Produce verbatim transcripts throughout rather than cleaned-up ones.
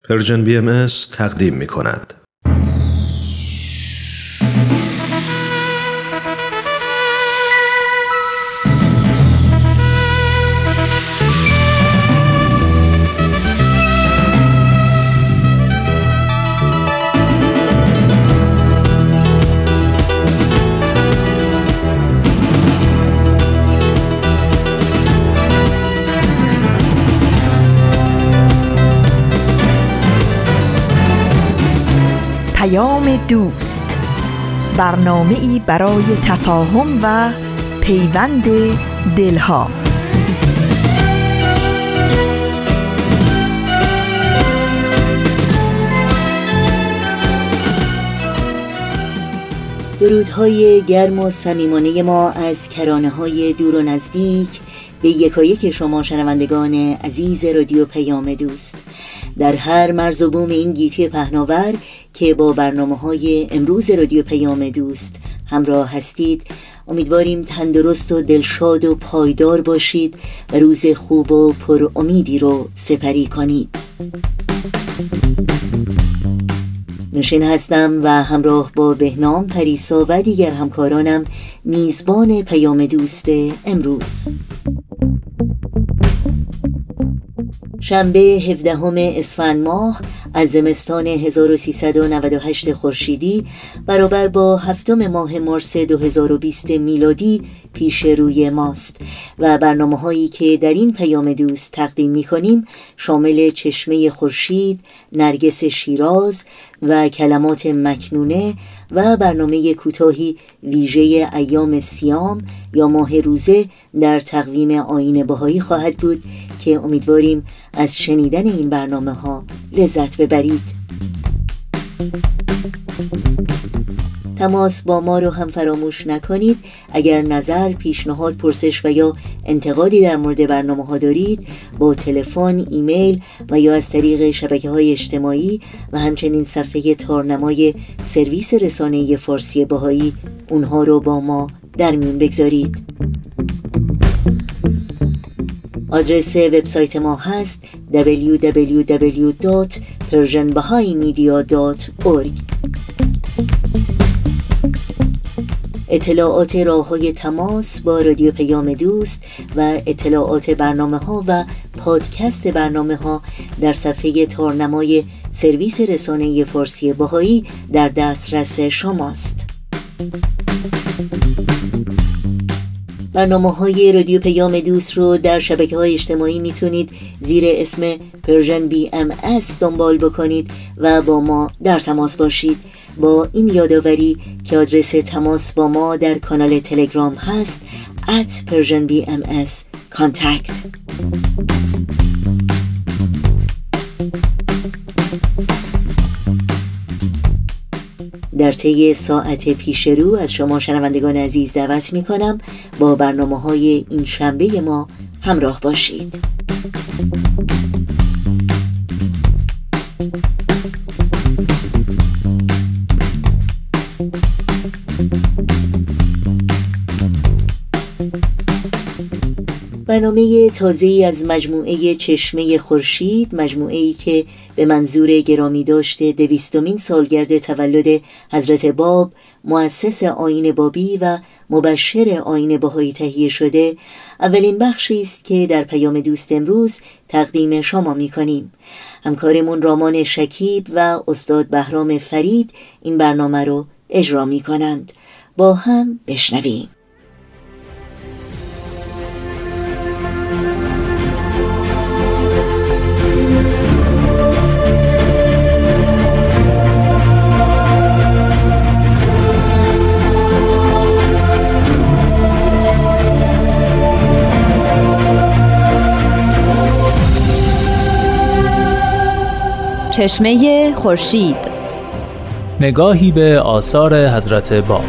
پرژن بی ام اس تقدیم می کند. دوست، برنامه‌ای برای تفاهم و پیوند دلها. درودهای گرم و صمیمانه ما از کرانه‌های دور و نزدیک به یکایک شما شنوندگان عزیز رادیو پیام دوست در هر مرز و بوم این گیتی پهناور که با برنامه‌های امروز رادیو پیام دوست همراه هستید. امیدواریم تندرست و دلشاد و پایدار باشید و روز خوب و پر امیدی رو سپری کنید. نوشین هستم و همراه با بهنام پریسا و دیگر همکارانم میزبان پیام دوست امروز. شنبه هفدهم اسفند ماه از زمستان هزار و سیصد و نود و هشت خورشیدی برابر با هفتم ماه مارس دو هزار و بیست میلادی پیش روی ماست و برنامه‌هایی که در این پیام دوست تقدیم می‌کنیم شامل چشمه خورشید، نرگس شیراز و کلمات مکنونه و برنامه کوتاهی ویژه ایام صیام یا ماه روزه در تقویم آیین بهایی خواهد بود که امیدواریم از شنیدن این برنامه‌ها لذت ببرید. تماس با ما رو هم فراموش نکنید. اگر نظر، پیشنهاد، پرسش و یا انتقادی در مورد برنامه‌ها دارید با تلفن، ایمیل و یا از طریق شبکه‌های اجتماعی و همچنین صفحه تارنمای سرویس رسانه فارسی بهایی اونها رو با ما در میون بگذارید. آدرس وبسایت ما هست دبلیو دبلیو دبلیو دات پرژن بهایی مدیا دات اورگ. اطلاعات راه‌های تماس با رادیو پیام دوست و اطلاعات برنامه‌ها و پادکست برنامه‌ها در صفحه تارنمای سرویس رسانه فارسی بهایی در دسترس شماست. برنامه‌های رادیو پیام دوست رو در شبکه‌های اجتماعی میتونید زیر اسم پرژن بی ام اس دنبال بکنید و با ما در تماس باشید. با این یادآوری که آدرس تماس با ما در کانال تلگرام هست ات پرژن بی ام اس کانتکت. در طی ساعت پیش رو از شما شنوندگان عزیز دعوت می کنم با برنامه‌های این شنبه ما همراه باشید. برنامه تازه‌ای از مجموعه چشمه خورشید، مجموعه‌ای که به منظور گرامی داشته دویستمین سالگرد تولد حضرت باب مؤسس آیین بابی و مبشر آیین بهایی تهیه شده، اولین بخشی است که در پیام دوست امروز تقدیم شما می‌کنیم. همکارمون رامان شکیب و استاد بهرام فرید این برنامه رو اجرا می‌کنند. با هم بشنویم. چشمه خورشید، نگاهی به آثار حضرت باب.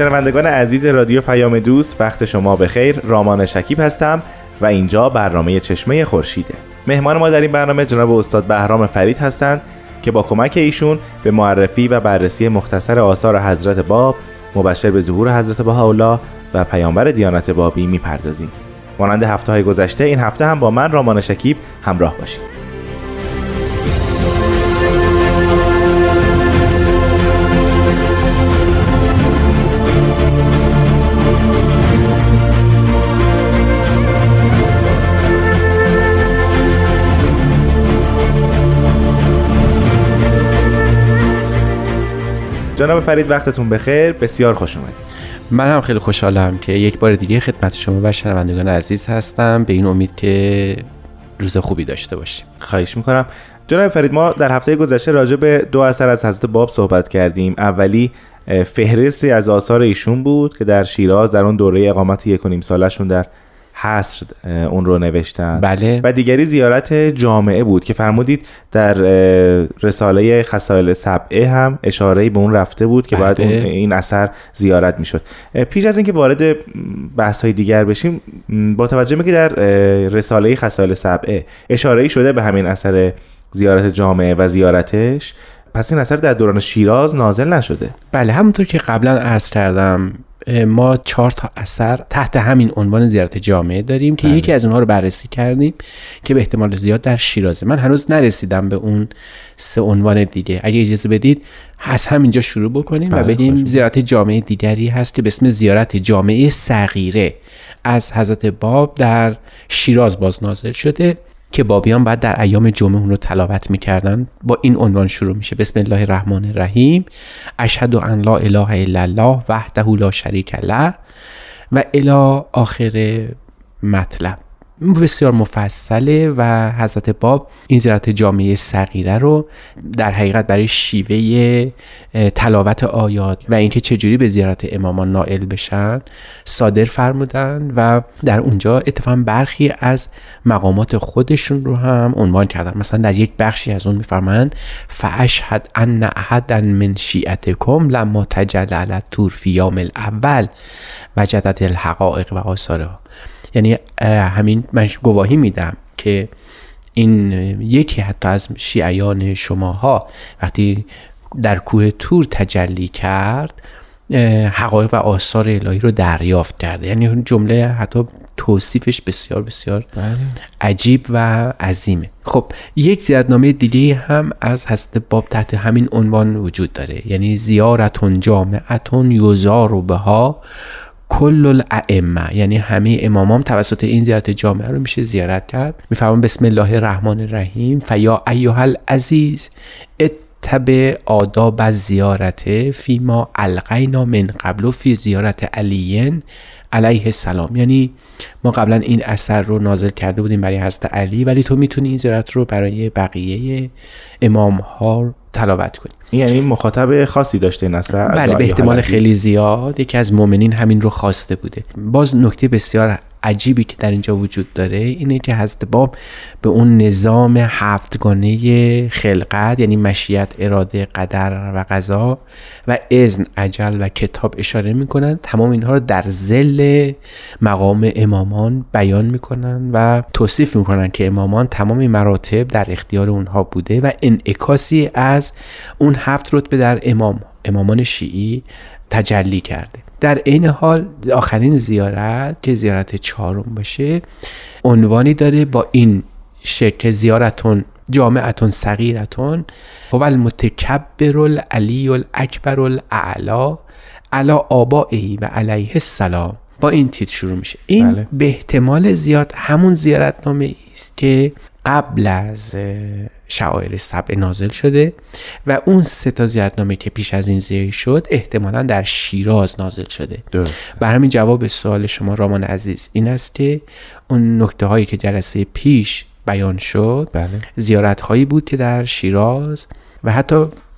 شنوندگان عزیز رادیو پیام دوست، وقت شما بخیر. رامان شکیب هستم و اینجا برنامه چشمه خورشیده. مهمان ما در این برنامه جناب استاد بهرام فرید هستند که با کمک ایشون به معرفی و بررسی مختصر آثار حضرت باب مبشر به ظهور حضرت بهاءالله و پیامبر دیانت بابی میپردازیم. مانند هفته‌های گذشته این هفته هم با من رامان شکیب همراه باشید. جناب فرید وقتتون بخیر، بسیار خوش اومدید. من هم خیلی خوشحالم که یک بار دیگه خدمت شما و شنوندگان عزیز هستم، به این امید که روز خوبی داشته باشیم. خواهش میکنم. جناب فرید، ما در هفته گذشته راجع به دو اثر از حضرت باب صحبت کردیم. اولی فهرستی از آثار ایشون بود که در شیراز در اون دوره اقامت یک و نیم سالشون در حصر اون رو نوشتن. بله. و دیگری زیارت جامعه بود که فرمودید در رساله خصائل سبعه هم اشاره‌ای به اون رفته بود که بله. باید این اثر زیارت میشد. پیش از اینکه وارد بحث‌های دیگر بشیم، با توجه به که در رساله خصائل سبعه اشاره‌ای شده به همین اثر زیارت جامعه و زیارتش، پس این اثر در دوران شیراز نازل نشده؟ بله، همونطور که قبلا عرض کردم ما چهار تا اثر تحت همین عنوان زیارت جامعه داریم که بله. یکی از اونها رو بررسی کردیم که به احتمال زیاد در شیرازه. من هنوز نرسیدم به اون سه عنوان دیگه. اگه اجازه بدید از همینجا شروع بکنیم بله. و بگیم زیارت جامعه دیگری هست که به اسم زیارت جامعه صغیره از حضرت باب در شیراز باز نازل شده که بابیان بعد در ایام جمعه اون رو تلاوت میکردن. با این عنوان شروع میشه: بسم الله الرحمن الرحیم، اشهد ان لا اله الا الله وحده لا شریک له و الی آخر مطلب. بسیار مفصله و حضرت باب این زیارت جامعه صغیره رو در حقیقت برای شیوه تلاوت آیات و اینکه چجوری به زیارت امامان نائل بشن صادر فرمودن و در اونجا اتفاقا برخی از مقامات خودشون رو هم عنوان کردن. مثلا در یک بخشی از اون میفرمایند فاشهد ان احدا من شیعتکم لما تجلی علی الطور فی یوم الاول وجدت الحقائق و آثارها. یعنی همین من گواهی میدم که این یکی حتی از شیعیان شماها وقتی در کوه طور تجلی کرد حقایق و آثار الهی رو دریافت کرده. یعنی جمله حتی توصیفش بسیار بسیار بله. عجیب و عظیمه. خب یک زیارتنامه دیگه هم از حضرت باب تحت همین عنوان وجود داره، یعنی زیارتون جامعتون یزار بها کل الائمه، یعنی همه امامان توسط این زیارت جامعه رو میشه زیارت کرد. میفرمان بسم الله الرحمن الرحیم فیا ایها العزیز اتبع آداب زیارت فیما القینا من قبل فی زیارت علی علیه السلام. یعنی ما قبلا این اثر رو نازل کرده بودیم برای حضرت علی، ولی تو میتونی این زیارت رو برای بقیه امام ها تلاوت کنی. یعنی مخاطب خاصی داشته این اثر؟ بله، به احتمال خیلی زیاد یکی از مؤمنین همین رو خواسته بوده. باز نکته بسیار عجیبی که در اینجا وجود داره اینه که حضرت باب به اون نظام هفتگانه خلقت، یعنی مشیت، اراده، قدر و قضا و اذن، اجل و کتاب اشاره میکنن. تمام اینها رو در ظل مقام امامان بیان میکنن و توصیف میکنن که امامان تمام مراتب در اختیار اونها بوده و انعکاسی از اون هفت رتبه در امام امامان شیعی تجلی کرده. در این حال آخرین زیارت که زیارت چهارم باشه عنوانی داره با این شکل: زیارتون جامعتون صغیرتون هو المتکبر العلی الاکبر الاعلی علی آبائه و علیه السلام. با این تیتر شروع میشه. این بله. به احتمال زیاد همون زیارتنامه است که قبل از شعائر سبع نازل شده و اون سه تا زیارتنامه که پیش از این ذکر شد احتمالاً در شیراز نازل شده. بر همین جواب سوال شما رامان عزیز این است که اون نکته هایی که جلسه پیش بیان شد بله. زیارت هایی بود که در شیراز و حتی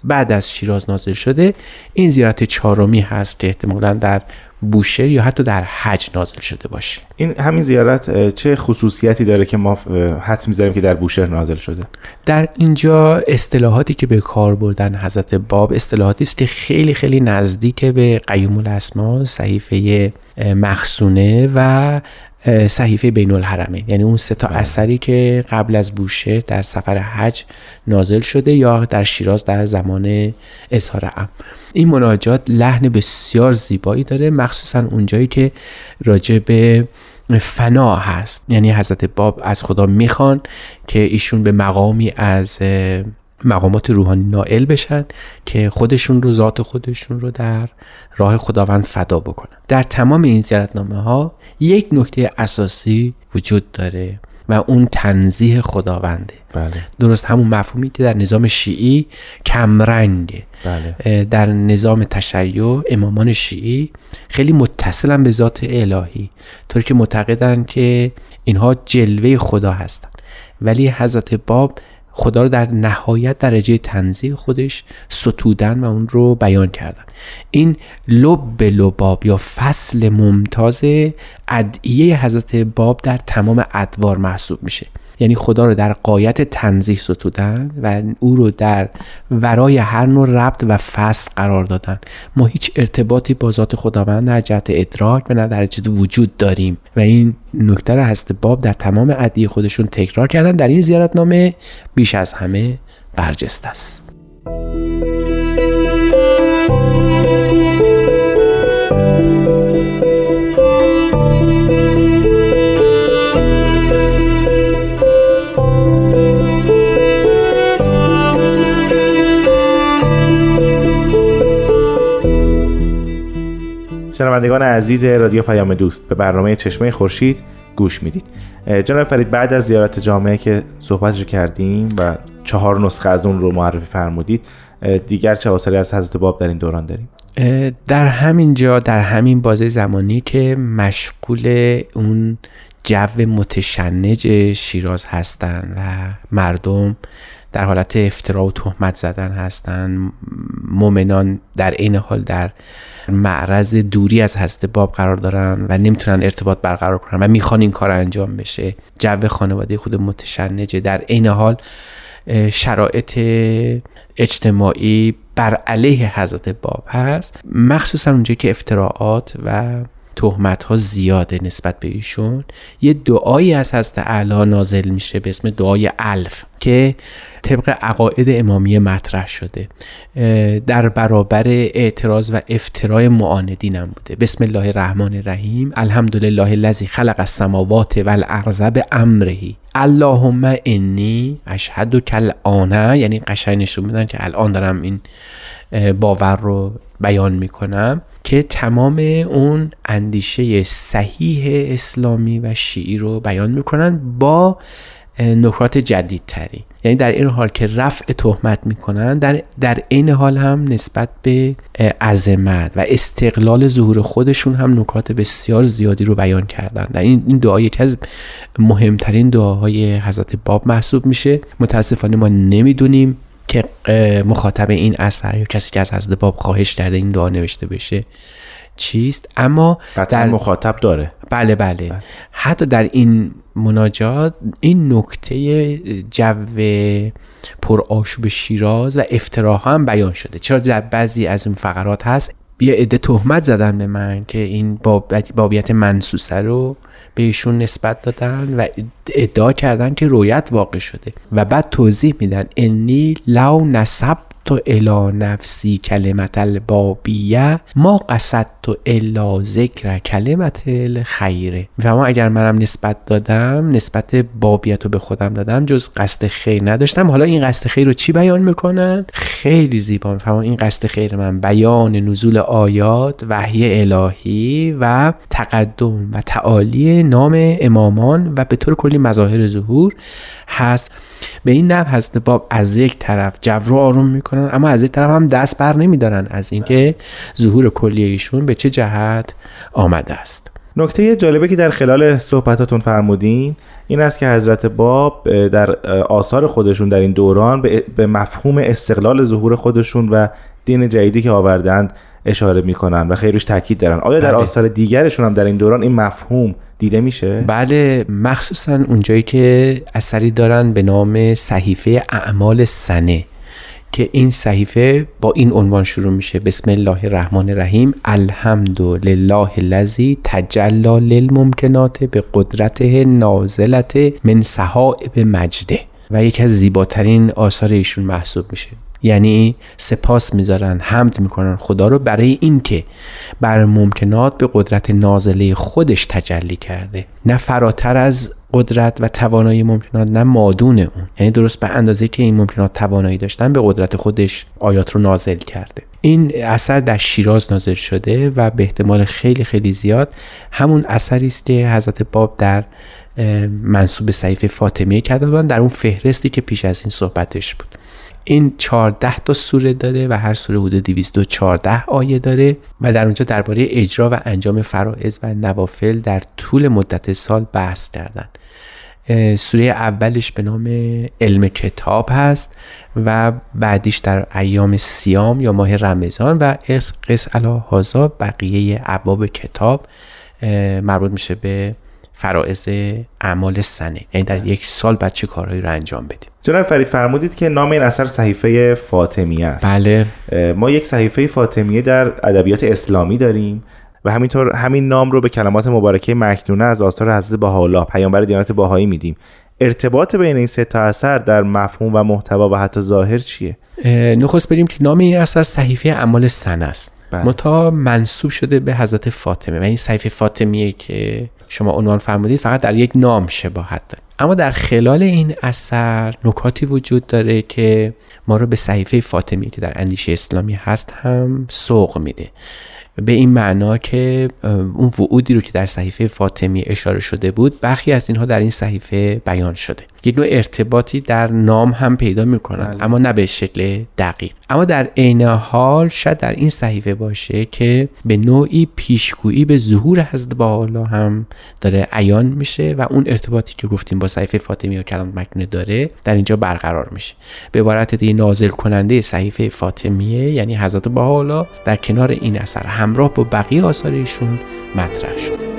بعد از شیراز نازل شده. این زیارت چهارمی هست که احتمالاً در بوشهر یا حتی در حج نازل شده باشه. این همین زیارت چه خصوصیتی داره که ما حدس می‌زنیم که در بوشهر نازل شده؟ در اینجا اصطلاحاتی که به کار بردن حضرت باب اصطلاحاتی است که خیلی خیلی نزدیک به قیوم الاسما، صحیفه مخزونه و صحیفه بین الحرمین، یعنی اون سه تا اثری که قبل از بوشهر در سفر حج نازل شده یا در شیراز در زمان اظهار امر. این مناجات لحن بسیار زیبایی داره، مخصوصا اونجایی که راجع به فنا هست، یعنی حضرت باب از خدا میخوان که ایشون به مقامی از مقامات روحانی نائل بشن که خودشون رو، ذات خودشون رو در راه خداوند فدا بکنن. در تمام این زیارتنامه ها یک نکته اساسی وجود داره و اون تنزیه خداونده. بله. درست همون مفهومی که در نظام شیعی کمرنگه. بله. در نظام تشیع امامان شیعی خیلی متصلن به ذات الهی، طوری که معتقدن که اینها جلوه خدا هستن، ولی حضرت باب خدا رو در نهایت درجه تنزیه خودش ستودن و اون رو بیان کردن. این لب لباب یا فصل ممتاز ادعیه حضرت باب در تمام ادوار محسوب میشه، یعنی خدا رو در غایت تنزیه ستودن و او رو در ورای هر نوع ربط و فصل قرار دادن. ما هیچ ارتباطی با ذات خداوند نه جهت ادراک و نه در جهت وجود داریم و این نکته را حضرت باب در تمام ادعیه خودشون تکرار کردن. در این زیارتنامه بیش از همه برجسته است. شنوندگان عزیز رادیو پیام دوست، به برنامه چشمه خورشید گوش میدید. جناب فرید، بعد از زیارت جامعه که صحبتش کردیم و چهار نسخه از اون رو معرفی فرمودید، دیگر چه آثاری از حضرت باب در این دوران داریم؟ در همین جا، در همین بازه زمانی که مشغول اون جو متشنج شیراز هستن و مردم در حالت افترا و تهمت زدن هستن، مؤمنان در این حال در معرض دوری از حضرت باب قرار دارن و نمیتونن ارتباط برقرار کنن و میخوان این کار انجام بشه، جو خانواده خود متشنجه، در این حال شرایط اجتماعی بر علیه حضرت باب هست، مخصوصا اونجایی که افتراعات و تهمت ها زیاده نسبت به ایشون. یه دعایی از حضرت اعلی نازل میشه به اسم دعای الف که طبق عقاید امامیه مطرح شده، در برابر اعتراض و افتراء معاندین هم بوده. بسم الله الرحمن الرحیم، الحمدلله الذی خلق السماوات والارض بامره، اللهم انی اشهد کالآن، یعنی قشنگ نشون میدن که الان دارم این باور رو بیان میکنم که تمام اون اندیشه صحیح اسلامی و شیعی رو بیان میکنن با نکات جدیدتری. یعنی در این حال که رفع تهمت میکنن، در در این حال هم نسبت به عظمت و استقلال ظهور خودشون هم نکات بسیار زیادی رو بیان کردن. در این این دعا یکی از مهمترین دعاهای حضرت باب محسوب میشه. متاسفانه ما نمیدونیم که مخاطب این اثر یا کسی که از حضرت باب خواهش کرده این دعا نوشته بشه چیست، اما در مخاطب داره. بله بله, بله. حتی در این مناجات این نکته جو پرآشوب شیراز و افتراها هم بیان شده. چرا در بعضی از این فقرات هست یه عده تهمت زدن به من که این بابیت منسوسه رو به ایشون نسبت دادن و ادعا کردن که رویت واقع شده و بعد توضیح میدن انی لو نسبت تو الی نفسی کلمت البابیه ما قصد تو الا ذکر کلمت الخیره. میفهمم اگر منم نسبت دادم، نسبت بابیت رو به خودم دادم، جز قصد خیر نداشتم. حالا این قصد خیر رو چی بیان میکنن؟ خیلی زیبا میفهمم این قصد خیر من بیان نزول آیات وحی الهی و تقدم و تعالی نام امامان و به طور کلی مظاهر ظهور هست. به این نحو حضرت باب از یک طرف جو رو آروم میکنن، اما از یک طرف هم دست بر نمیدارن از اینکه ظهور کلی ایشون به چه جهت آمده است. نکته جالبه که در خلال صحبتاتون فرمودین این است که حضرت باب در آثار خودشون در این دوران به مفهوم استقلال ظهور خودشون و دین جدیدی که آوردند اشاره میکنن و خیلی روش تاکید دارن. آیا در آثار دیگرشون هم در این دوران این مفهوم دیده میشه؟ بله، مخصوصا اونجایی که اثری دارن به نام صحیفه اعمال سنه که این صحیفه با این عنوان شروع میشه: بسم الله الرحمن الرحیم، الحمدلله الذی تجلی للممکنات به قدرته نازلت من صحائب مجده. و یکی از زیباترین آثار ایشون محسوب میشه. یعنی سپاس میذارن، حمد میکنن خدا رو برای این که بر ممکنات به قدرت نازله خودش تجلی کرده، نه فراتر از قدرت و توانایی ممکنات، نه مادون اون. یعنی درست به اندازه که این ممکنات توانایی داشتن به قدرت خودش آیات رو نازل کرده. این اثر در شیراز نازل شده و به احتمال خیلی خیلی زیاد همون اثری است که حضرت باب در منسوب صحیفه فاطمیه کرده بودن، در اون فهرستی که پیش از این صحبتش بود. این چهارده تا سوره داره و هر سوره حدود دویست و چهارده آیه داره و در اونجا درباره اجرا و انجام فرائض و نوافل در طول مدت سال بحث کردن. سوره اولش به نام علم کتاب هست و بعدیش در ایام سیام یا ماه رمضان و قس علی هذا بقیه ابواب کتاب مربوط میشه به فرائض اعمال سنه، یعنی در یک سال بعد چه کارهایی رو انجام بدیم. جناب فرید فرمودید که نام این اثر صحیفه فاطمیه است. بله، ما یک صحیفه فاطمیه در ادبیات اسلامی داریم و همینطور همین نام رو به کلمات مبارکه مکنونه از آثار حضرت بهاءالله پیامبر دیانت بهایی میدیم. ارتباط بین این سه تا اثر در مفهوم و محتوا و حتی ظاهر چیه؟ نخست بریم که نام این اثر صحیفه اعمال سنه است. متا منسوب شده به حضرت فاطمه و این صحیفه فاطمیه که شما عنوان فرمودید فقط در یک نام شباهت داره. اما در خلال این اثر نکاتی وجود داره که ما رو به صحیفه فاطمیه که در اندیشه اسلامی هست هم سوق میده، به این معنا که اون وعودی رو که در صحیفه فاطمیه اشاره شده بود برخی از اینها در این صحیفه بیان شده. یک نوع ارتباطی در نام هم پیدا میکنن اما نه به شکل دقیق. اما در عین حال شاید در این صحیفه باشه که به نوعی پیشگویی به ظهور حضرت بهاءالله هم داره عیان میشه و اون ارتباطی که گفتیم با صحیفه فاطمیه و کلام مکنونه داره در اینجا برقرار میشه. به عبارت دیگه نازل کننده صحیفه فاطمیه یعنی حضرت بهاءالله در کنار این اثر همراه با بقیه آثار ایشون مطرح شده.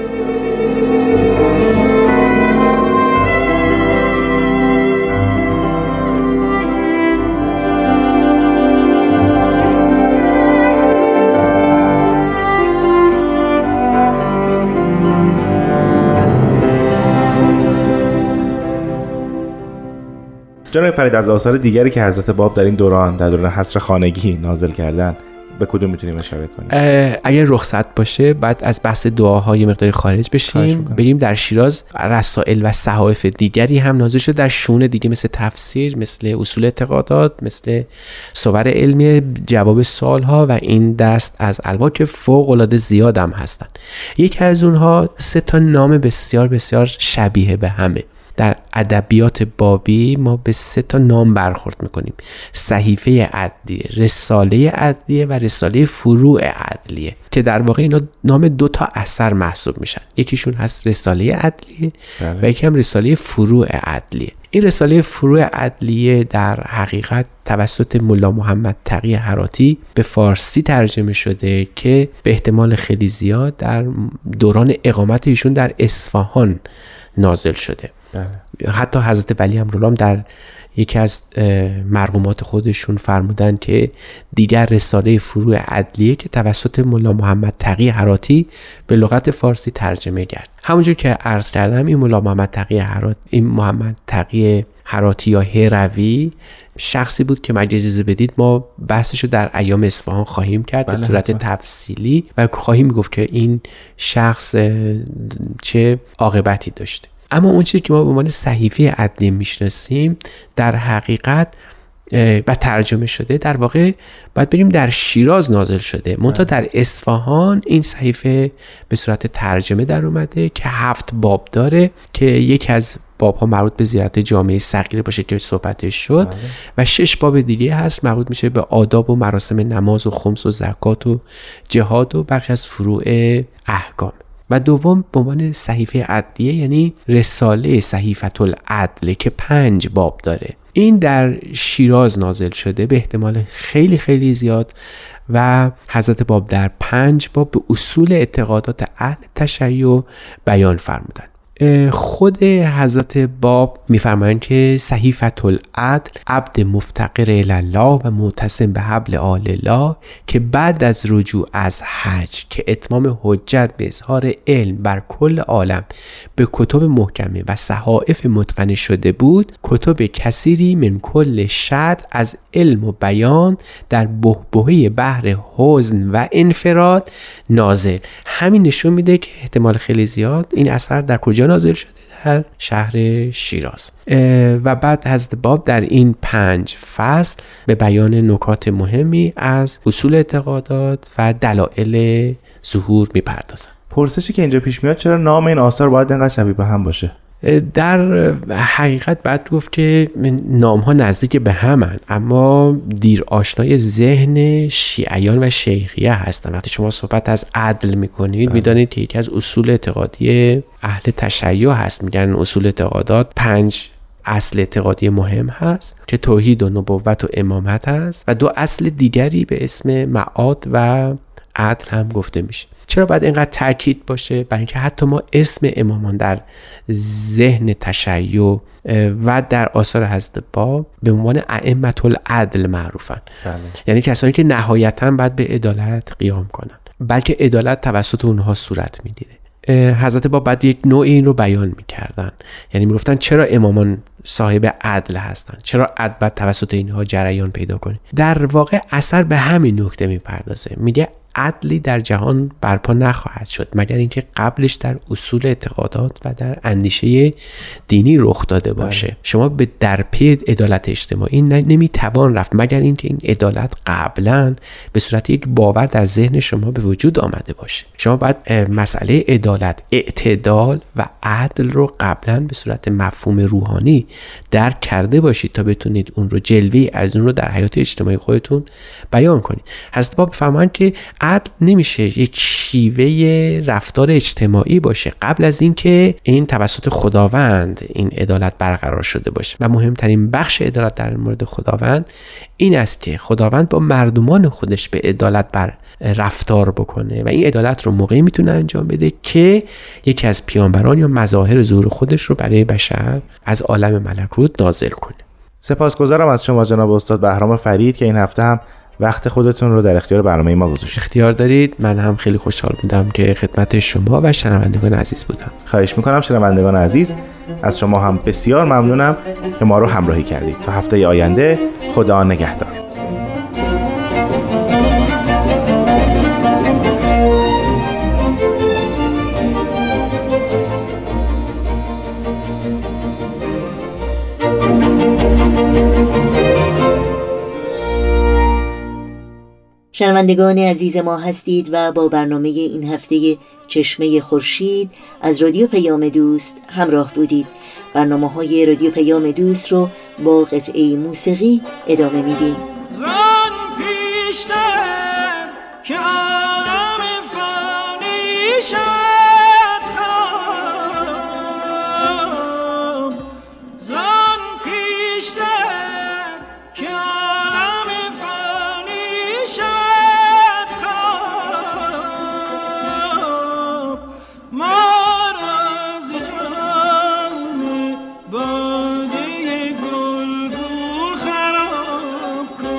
جناب فرید، از آثار دیگری که حضرت باب در این دوران در دوران حصر خانگی نازل کردن به کدوم میتونیم اشاره کنیم؟ اگر رخصت باشه بعد از بحث دعاهای مقداری خارج بشیم، بریم در شیراز رسائل و صحائف دیگری هم نازل شده در شؤون دیگه، مثل تفسیر، مثل اصول اعتقادات، مثل صور علمی، جواب سوالها و این دست از الوا که فوق العاده زیاد هم هستن. یکی از اونها سه تا نام بسیار بسیار شبیه به همه. در ادبیات بابی ما به سه تا نام برخورد میکنیم: صحیفه عدلیه، رساله عدلیه و رساله فروع عدلیه، که در واقع اینا نام دو تا اثر محسوب میشن. یکیشون هست رساله عدلیه بله. و یکی هم رساله فروع عدلیه. این رساله فروع عدلیه در حقیقت توسط ملا محمد تقی هراتی به فارسی ترجمه شده که به احتمال خیلی زیاد در دوران اقامت ایشون در اصفهان نازل شده. بله. حتی حضرت ولی امرالله در یکی از مرقومات خودشون فرمودن که دیگر رساله فروع عدلیه که توسط ملا محمد تقی هراتی به لغت فارسی ترجمه کرد. همونجور که عرض کردم این ملا محمد تقی هراتی این محمد تقی هراتی یا هروی شخصی بود که مگه اجازه بدید ما بحثشو در ایام اصفهان خواهیم کرد به صورت تفصیلی و خواهیم گفت که این شخص چه عاقبتی داشته. اما اون چیزی که ما به عنوان صحیفه عدلیه میشناسیم در حقیقت و ترجمه شده در واقع باید بریم در شیراز نازل شده، منتها در اصفهان این صحیفه به صورت ترجمه در اومده که هفت باب داره که یکی از باب ها مربوط به زیارت جامعه صغیره باشه که صحبتش شد بله. و شش باب دیگه هست مربوط میشه به آداب و مراسم نماز و خمس و زکات و جهاد و برخی از فروع احکام. و دوم به عنوان صحیفه عدلیه، یعنی رساله صحیفة العدل که پنج باب داره. این در شیراز نازل شده به احتمال خیلی خیلی زیاد و حضرت باب در پنج باب به اصول اعتقادات اهل تشیع بیان فرمودن. خود حضرت باب میفرمایند که صحیفة العدل عبد مفتقر الله و معتصم به حبل آل الله که بعد از رجوع از حج که اتمام حجت به اظهار علم بر کل عالم به کتب محکمه و صحائف متقنه شده بود، کتب کثیری من کل شد از علم و بیان در بحبوحه بحر حزن و انفراد نازل. همین نشون میده که احتمال خیلی زیاد این اثر در کجا نازل شده؟ در شهر شیراز. و بعد حضرت باب در این پنج فصل به بیان نکات مهمی از اصول اعتقادات و دلایل ظهور میپردازن. پرسشی که اینجا پیش میاد چرا نام این آثار باید اینقدر شبیه به هم باشه؟ در حقیقت باید گفت که نام ها نزدیک به همن، اما دیر آشنای ذهن شیعیان و شیخیه هستن. وقتی شما صحبت از عدل میکنید میدانید که یکی از اصول اعتقادی اهل تشیع هست. میگن اصول اعتقادات پنج اصل اعتقادی مهم هست که توحید و نبوت و امامت هست و دو اصل دیگری به اسم معاد و عدل هم گفته میشه. چرا باید اینقدر تاکید باشه؟ برای اینکه حتی ما اسم امامان در ذهن تشیع و در آثار حضرت باب به عنوان ائمة العدل معروفن. بله. یعنی کسانی که نهایتاً باید به عدالت قیام کنن، بلکه عدالت توسط اونها صورت میگیره. حضرت باب بعد یک نوع این رو بیان میکردن، یعنی میگفتن چرا امامان صاحب عدل هستن، چرا عدل توسط اینها جریان پیدا کنه. در واقع اثر به همین نکته میپردازه، میگه عدلی در جهان برپا نخواهد شد مگر اینکه قبلش در اصول اعتقادات و در اندیشه دینی رخ داده باشه. بله. شما به درپی عدالت اجتماعی نمیتوان رفت مگر اینکه این عدالت قبلا به صورت یک باور در ذهن شما به وجود آمده باشه. شما باید مسئله عدالت، اعتدال و عدل رو قبلا به صورت مفهوم روحانی درک کرده باشید تا بتونید اون رو جلوه‌ای از اون رو در حیات اجتماعی خودتون بیان کنید. حضرت باب فهمن که عدل نمیشه یک شیوه رفتار اجتماعی باشه قبل از اینکه این توسط خداوند این عدالت برقرار شده باشه. و مهمترین بخش عدالت در مورد خداوند این است که خداوند با مردمان خودش به عدالت بر رفتار بکنه و این عدالت رو موقعی میتونه انجام بده که یکی از پیامبران یا مظاهر ظهور خودش رو برای بشر از عالم ملکوت نازل کنه. سپاسگزارم از شما جناب استاد بهرام فرید که این هفته هم وقت خودتون رو در اختیار برنامه ما گذاشتید. اختیار دارید. من هم خیلی خوشحال بودم که خدمت شما و شنوندگان عزیز بودم. خواهش میکنم شنوندگان عزیز، از شما هم بسیار ممنونم که ما رو همراهی کردید. تا هفته آینده، خدا نگهدار. شنوندگان عزیز ما هستید و با برنامه این هفته چشمه خورشید از رادیو پیام دوست همراه بودید. برنامه های رادیو پیام دوست رو با قطعه موسیقی ادامه میدیم. زن پیشتر که عالم فانی شد خراب، زن پیشتر که عالم فانی شد خراب، مار از غم باده گل گل خراب کن.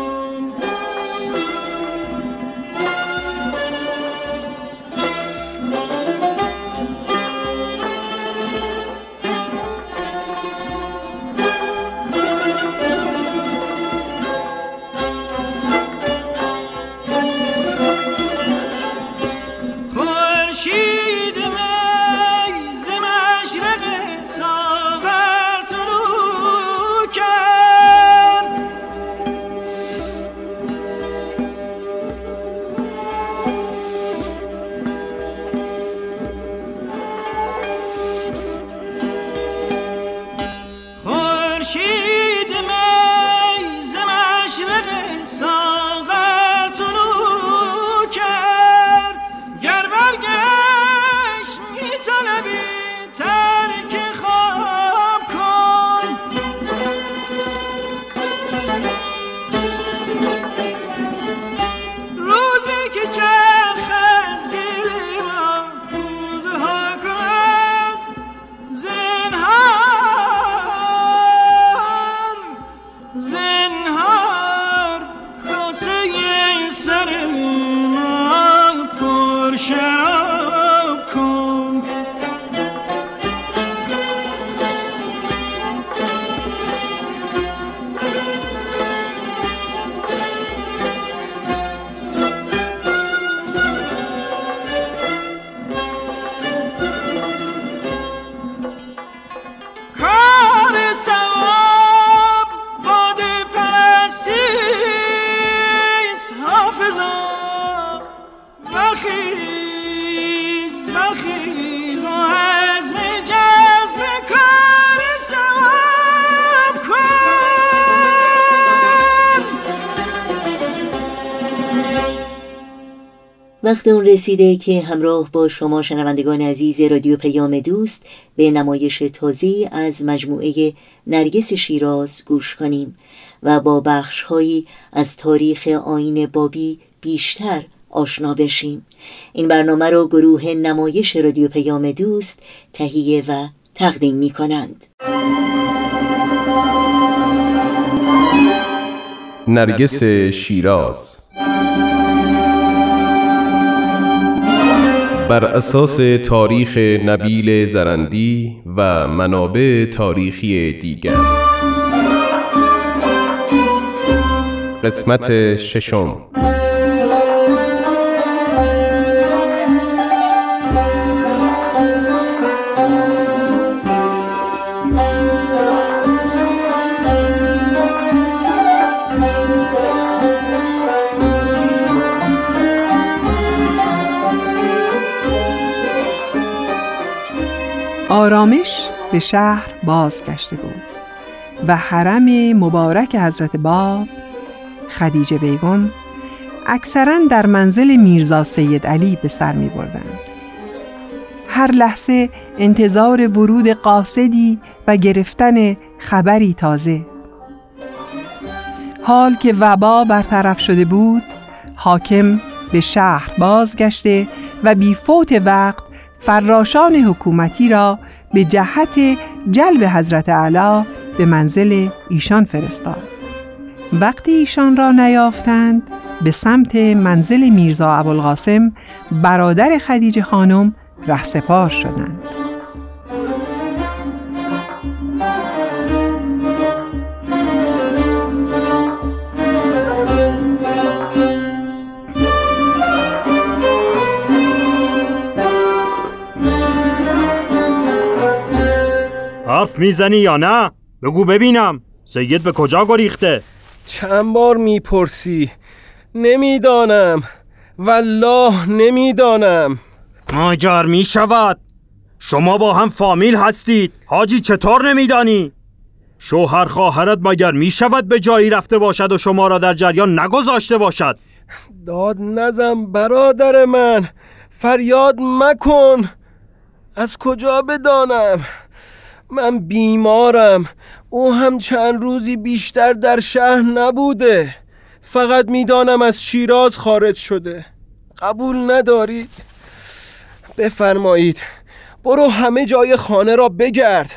وقت اون رسیده که همراه با شما شنوندگان عزیز رادیو پیام دوست به نمایش تازه‌ای از مجموعه نرگس شیراز گوش کنیم و با بخش‌هایی از تاریخ آیین بابی بیشتر آشنا بشیم. این برنامه رو گروه نمایش رادیو پیام دوست تهیه و تقدیم می کنند. نرگس شیراز بر اساس تاریخ نبیل زرندی و منابع تاریخی دیگر. قسمت ششم. آرامش به شهر بازگشته بود و حرم مبارک حضرت باب خدیجه بیگم اکثراً در منزل میرزا سید علی به سر می بردند. هر لحظه انتظار ورود قاصدی و گرفتن خبری تازه. حال که وبا برطرف شده بود، حاکم به شهر بازگشته و بی فوت وقت فراشان حکومتی را به جهت جلب حضرت اعلی به منزل ایشان فرستاد. وقتی ایشان را نیافتند، به سمت منزل میرزا ابوالقاسم برادر خدیجه خانم رهسپار شدند. حرف میزنی یا نه؟ بگو ببینم سید به کجا گریخته؟ چند بار میپرسی؟ نمیدانم، والله نمیدانم. ماجر میشود شما با هم فامیل هستید. حاجی چطور نمیدانی؟ شوهر خواهرت مگر میشود به جایی رفته باشد و شما را در جریان نگذاشته باشد؟ داد نزن برادر من، فریاد مکن. از کجا بدانم؟ من بیمارم، او هم چند روزی بیشتر در شهر نبوده. فقط میدانم از شیراز خارج شده. قبول ندارید؟ بفرمایید برو همه جای خانه را بگرد.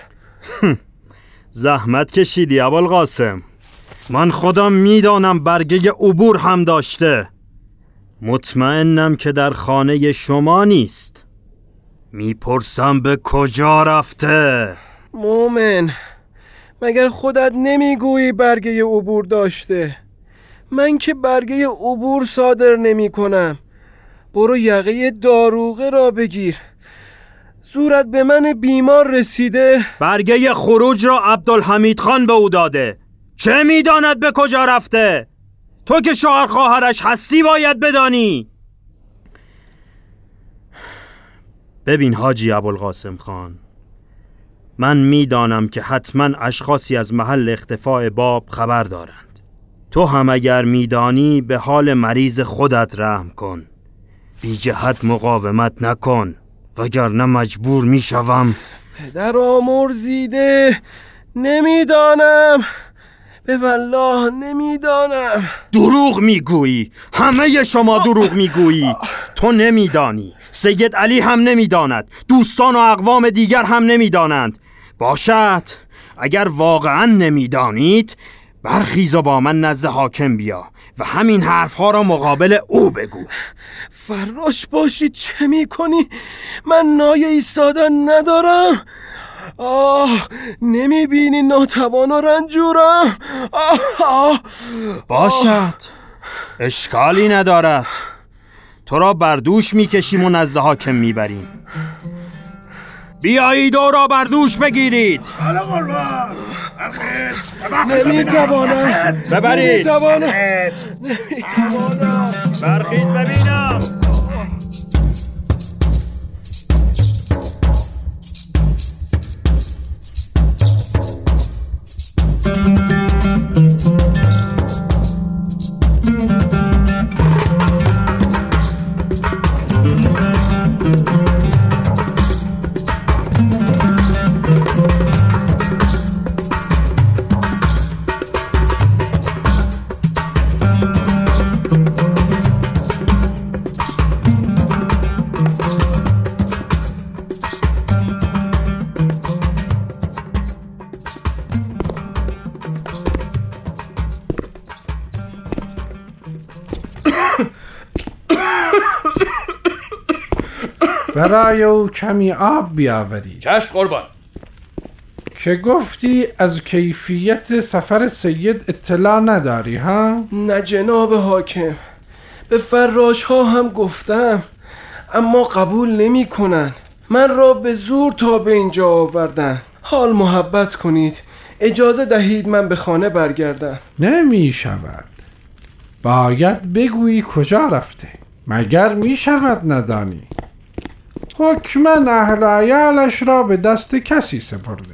زحمت کشیدی ابوالقاسم. من خودم میدانم برگه عبور هم داشته. مطمئنم که در خانه شما نیست. میپرسم به کجا رفته؟ مومن، مگر خودت نمیگویی برگه عبور داشته؟ من که برگه عبور صادر نمی کنم. برو یقه داروغه را بگیر. صورت به من بیمار رسیده. برگه خروج را عبدالحمید خان به او داده. چه میداند به کجا رفته؟ تو که شوهر خواهرش هستی باید بدانی. ببین حاجی ابوالقاسم خان، من میدانم که حتما اشخاصی از محل اختفاء باب خبر دارند. تو هم اگر میدانی به حال مریض خودت رحم کن. بی جهت مقاومت نکن وگرنه مجبور میشوم. پدر آمرزیده، نمیدانم، به والله نمیدانم. دروغ میگویی، همه شما دروغ میگویی. تو نمیدانی، سید علی هم نمیداند، دوستان و اقوام دیگر هم نمیدانند. باشد اگر واقعا نمیدانید برخیز و با من نزد حاکم بیا و همین حرفها را مقابل او بگو. فراش باشی چه میکنی؟ من نای ایستادن ندارم. آه، نمیبینی ناتوان و رنجورم؟ آه آه. باشد، اشکالی ندارد. تو را بر دوش میکشیم و نزد حاکم میبریم. بیایید او را بر دوش بگیرید. نمیتوانم. ببرید. نمیتوانم. نمیتوانم. برخیز ببینم. برای او کمی آب بیاوری. چشم قربان. که گفتی از کیفیت سفر سید اطلاع نداری ها؟ نه جناب حاکم، به فراش ها هم گفتم اما قبول نمی کنن. من را به زور تا به اینجا آوردن. حال محبت کنید اجازه دهید من به خانه برگردم. نمی شود. باید بگویی کجا رفته. مگر می شود ندانی؟ حکماً اهل عیالش را به دست کسی سپرده.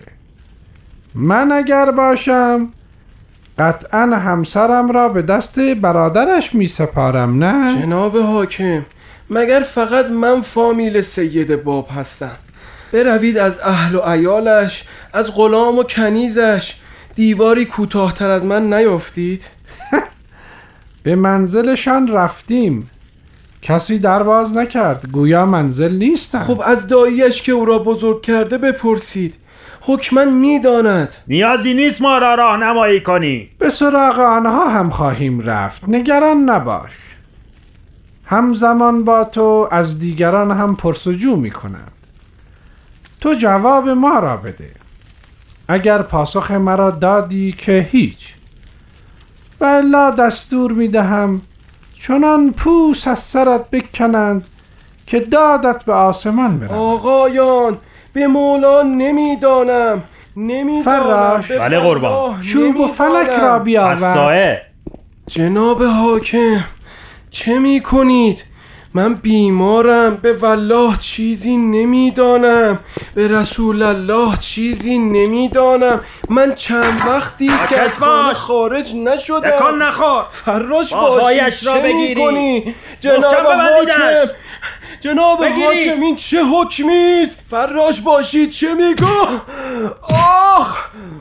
من اگر باشم قطعاً همسرم را به دست برادرش می سپارم. نه جناب حاکم، مگر فقط من فامیل سید باب هستم؟ بروید از اهل و عیالش، از غلام و کنیزش دیواری کوتاه‌تر از من نیافتید؟ به منزلشان رفتیم، کسی درواز نکرد، گویا منزل نیستن. خب از داییش که او را بزرگ کرده بپرسید، حکماً میداند. نیازی نیست ما را راهنمایی کنی. به سراغ آنها هم خواهیم رفت، نگران نباش. همزمان با تو از دیگران هم پرسجو می کنند. تو جواب ما را بده. اگر پاسخ مرا دادی که هیچ، و الا دستور می دهم چنان پوست از سرت بکنند که دادت به آسمان برد. آقایان به مولا نمیدانم نمیدانم. فراش. بله قربان. چوب و فلک را بیاور. جناب حاکم چه می کنید؟ من بیمارم، به والله چیزی نمیدانم، به رسول الله چیزی نمیدانم. من چند وقتی است که از خانه خارج نشدم. تکان نخور. فراش باشی چه می کنی؟ جناب حاکم جناب حاکم این چه حکمی است؟ فراش باشید چه میگو؟ آخ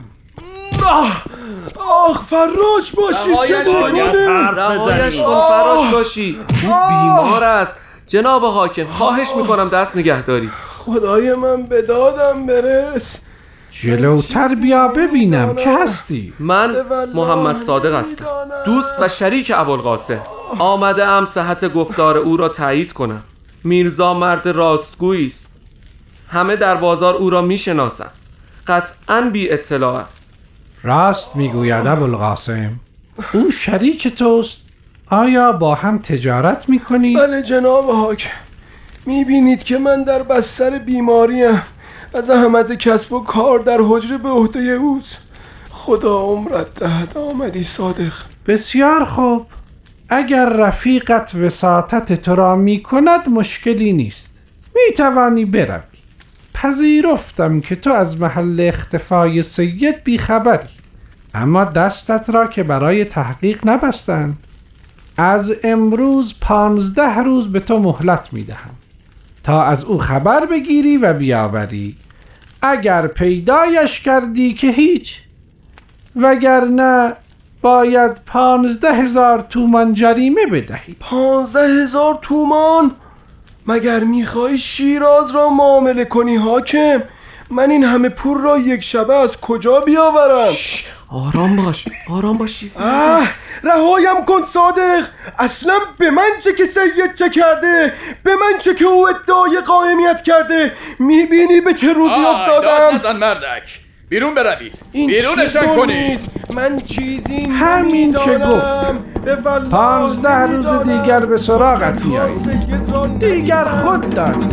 آخ آخ فراش باشید چه میکنی؟ رهایش کن فراش باشی، او بیمار است. جناب حاکم خواهش میکنم دست نگهداری. خدای من به دادم برس. جلوتر بیا ببینم که هستی. من محمد صادق هستم، دوست و شریک ابوالقاسم. آمده ام صحت گفتار او را تایید کنم. میرزا مرد راستگویی است، همه در بازار او را میشناسند. قطعاً بی اطلاع است. راست میگوید ابوالقاسم. او شریک توست؟ آیا با هم تجارت میکنی؟ بله جناب حاکم، میبینید که من در بستر بیماریم و زحمت کسب و کار در حجره به عهده اوست. خدا عمرت دهد آمدی صادق. بسیار خوب، اگر رفیقت وساطت تو را می کند مشکلی نیست، می توانی بروی. پذیرفتم که تو از محل اختفای سید بی خبری، اما دستت را که برای تحقیق نبستند. از امروز پانزده روز به تو مهلت می دهم تا از او خبر بگیری و بیاوری. اگر پیدایش کردی که هیچ، وگرنه باید پانزده هزار تومان جریمه بدهی. پانزده هزار تومان؟ مگر میخوای شیراز را معامله کنی حاکم؟ من این همه پول را یک شبه از کجا بیاورم؟ آرام باش آرام باش. آه رهایم کن صادق. اصلا به من چه که سید چه کرده؟ به من چه که او ادعای قائمیت کرده؟ میبینی به چه روزی افتادم؟ داد نزن مردک، بیرون بروید، بیرونشان کنید. من چیزی همین که گفتم. پانزده روز دیگر به سراغت میایی. دیگر خود داری.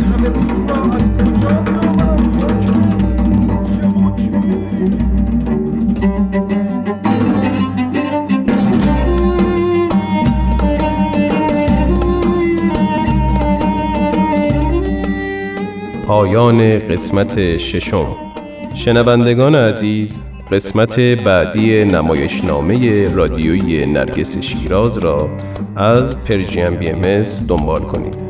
پایان قسمت ششم. شنوندگان عزیز، قسمت بعدی نمایشنامه رادیویی نرگس شیراز را از پرژین بی ام اس دنبال کنید.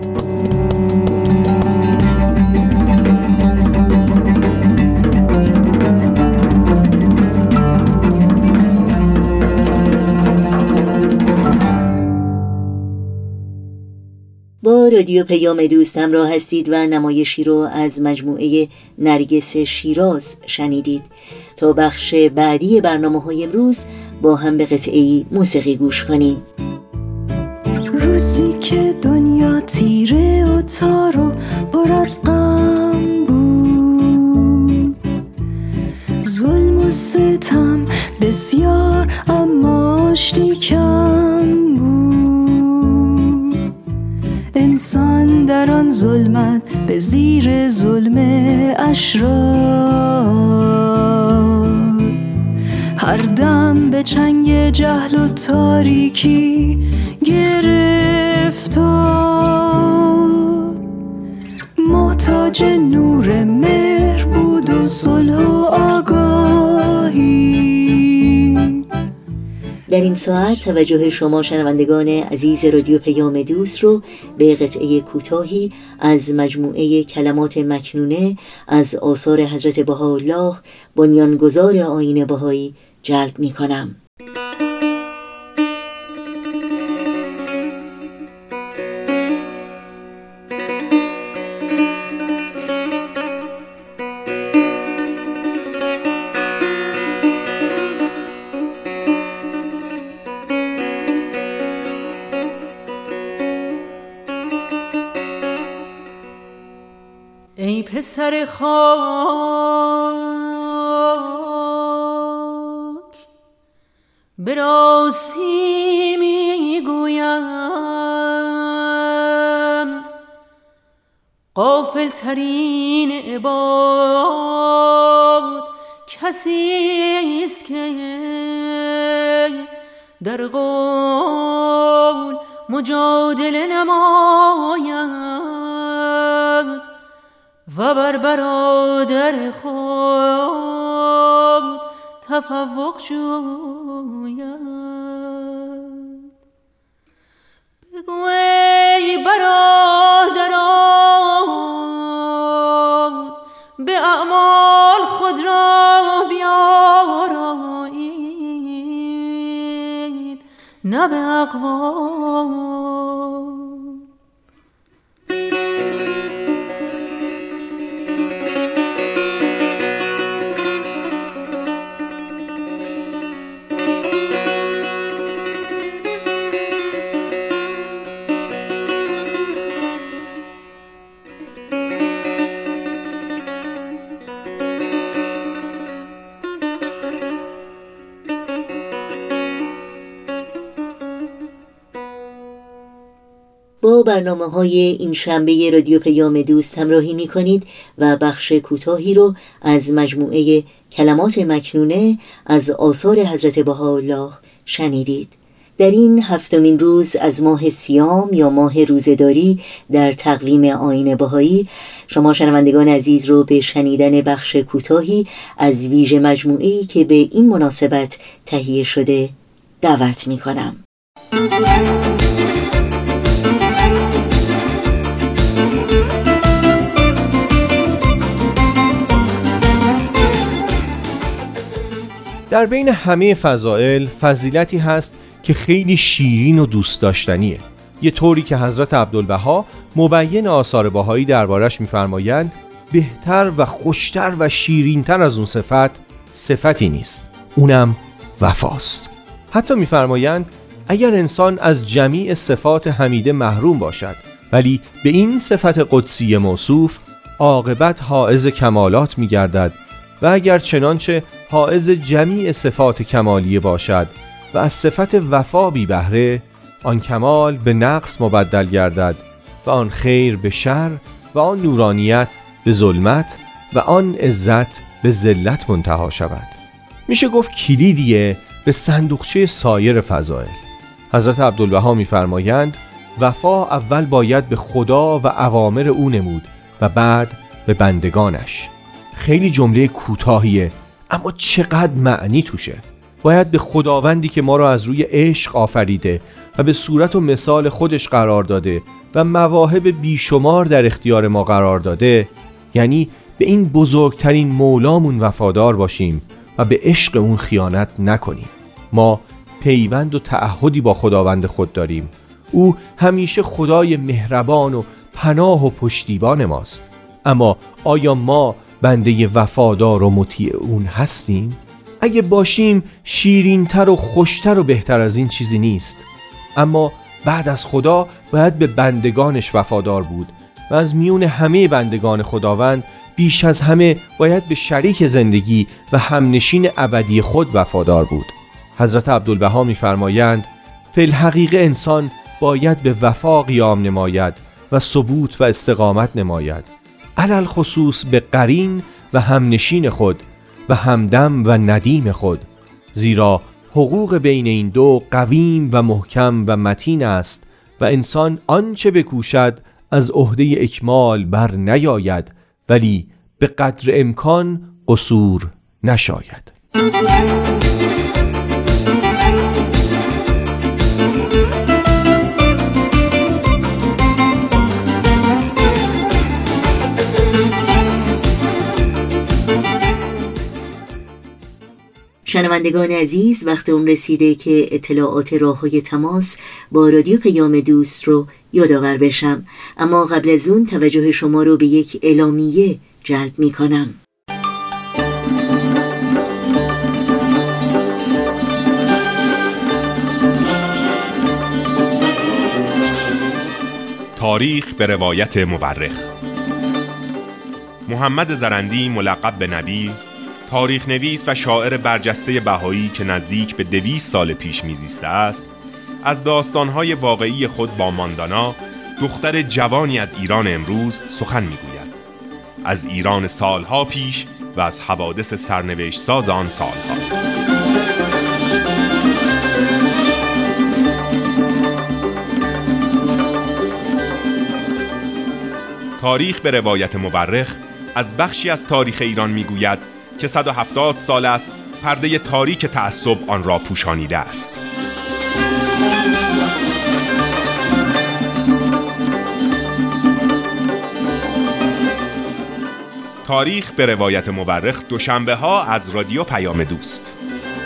با رادیو پیام دوست همراه هستید و نمایشی رو از مجموعه نرگس شیراز شنیدید. تا بخش بعدی برنامه های امروز با هم به قطعه‌ای موسیقی گوش کنیم. روزی که دنیا تیره و تار و پر از غم بود، ظلم و ستم بسیار اما آشتی کم بود. انسان در آن ظلمت به زیر ظلم اشرار، هر دم به چنگ جهل و تاریکی گرفتار. محتاج نور مهر بود و صلح و آگاهی. در این ساعت توجه شما شنوندگان عزیز رادیو پیام دوست رو به قطعه کوتاهی از مجموعه کلمات مکنونه از آثار حضرت بهاءالله بنیانگذار آیین بهایی جلب می کنم. ای پسر خاک به راستی میگویم، غافل ترین عباد کسی است که در قول مجادله نماید و بر برادر خود تفوق جوید. بگو ای برادران به اعمال خود را بیارایید، نه به اقوال. با برنامه های این شنبه رادیو پیام دوست همراهی می کنید و بخش کوتاهی رو از مجموعه کلمات مکنونه از آثار حضرت بهاءالله شنیدید. در این هفتمین روز از ماه سیام یا ماه روزه‌داری در تقویم آیین بهایی شما شنوندگان عزیز رو به شنیدن بخش کوتاهی از ویژه مجموعه‌ای که به این مناسبت تهیه شده دعوت می کنم. در بین همه فضائل فضیلتی هست که خیلی شیرین و دوست داشتنیه، یه طوری که حضرت عبدالبها مبین آثار بهایی دربارش می‌فرمایند بهتر و خوشتر و شیرینتر از اون صفت صفتی نیست، اونم وفاست. حتی می‌فرمایند اگر انسان از جمیع صفات حمیده محروم باشد ولی به این صفت قدسی موصوف، عاقبت حائز کمالات می‌گردد و اگر چنانچه حائز جمیع صفات کمالیه باشد و از صفت وفا بی بهره، آن کمال به نقص مبدل گردد و آن خیر به شر و آن نورانیت به ظلمت و آن عزت به ذلت منتهی شود. میشه گفت کلیدیه به صندوقچه سایر فضائل. حضرت عبدالبها می‌فرمایند وفا اول باید به خدا و اوامر او نمود و بعد به بندگانش. خیلی جمله کوتاهیه اما چقدر معنی توشه. باید به خداوندی که ما را از روی عشق آفریده و به صورت و مثال خودش قرار داده و مواهب بیشمار در اختیار ما قرار داده، یعنی به این بزرگترین مولامون وفادار باشیم و به عشق اون خیانت نکنیم. ما پیوند و تعهدی با خداوند خود داریم. او همیشه خدای مهربان و پناه و پشتیبان ماست. اما آیا ما بنده وفادار و مطیع اون هستیم؟ اگه باشیم شیرینتر و خوشتر و بهتر از این چیزی نیست. اما بعد از خدا باید به بندگانش وفادار بود و از میون همه بندگان خداوند بیش از همه باید به شریک زندگی و همنشین ابدی خود وفادار بود. حضرت عبدالبها می‌فرمایند فی الحقیقه انسان باید به وفا قیام نماید و ثبوت و استقامت نماید، علل خصوص به قرین و همنشین خود و همدم و ندیم خود، زیرا حقوق بین این دو قویم و محکم و متین است و انسان آنچه بکوشد از عهده اکمال بر نیاید، ولی به قدر امکان قصور نشاید. شنوندگان عزیز، وقت اون رسیده که اطلاعات راه‌های تماس با رادیو پیام دوست رو یادآور بشم، اما قبل از اون توجه شما رو به یک اعلامیه جلب می کنم. تاریخ به روایت مورخ. محمد زرندی ملقب به نبی، تاریخ نویس و شاعر برجسته بهایی که نزدیک به دویست سال پیش میزیسته است، از داستانهای واقعی خود با ماندانا، دختر جوانی از ایران امروز، سخن میگوید. از ایران سالها پیش و از حوادث سرنوشت ساز آن سالها. تاریخ به روایت مورخ از بخشی از تاریخ ایران میگوید که صد و هفتاد سال است پرده تاریک تعصب آن را پوشانیده است. تاریخ به روایت مورخ دوشنبه ها از رادیو پیام دوست.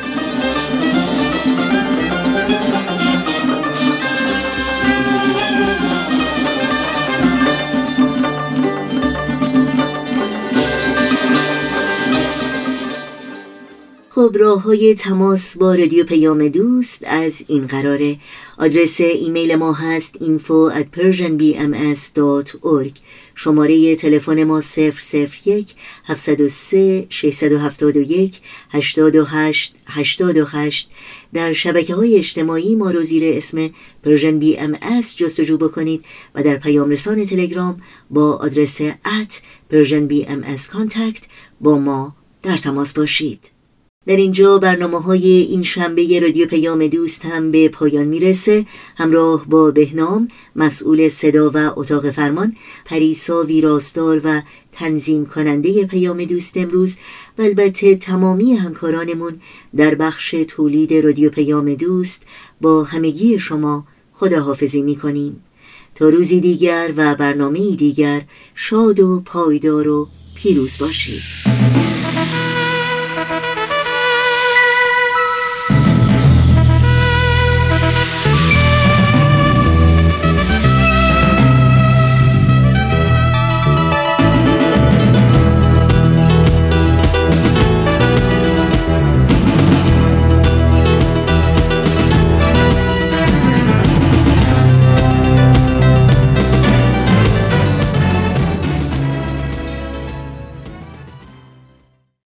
خب، راه‌های تماس با رادیو پیام دوست از این قراره. آدرس ایمیل ما هست info at persian b m s dot org. شماره تلفن ما صفر صفر یک هفت صفر سه شش هفت یک هشت هشت هشت هشت. در شبکه‌های اجتماعی ما رو زیر اسم پرژن بی ام اس جستجو بکنید و در پیام رسان تلگرام با آدرس ات پرژن بی ام اس کانتکت با ما در تماس باشید. در اینجا برنامه‌های این شنبه رادیو پیام دوست هم به پایان میرسه. همراه با بهنام مسئول صدا و اتاق فرمان، پریسا ویراستار و تنظیم کننده پیام دوست امروز و البته تمامی همکارانمون در بخش تولید رادیو پیام دوست با همگی شما خداحافظی میکنیم. تا روزی دیگر و برنامه‌ای دیگر شاد و پایدار و پیروز باشید.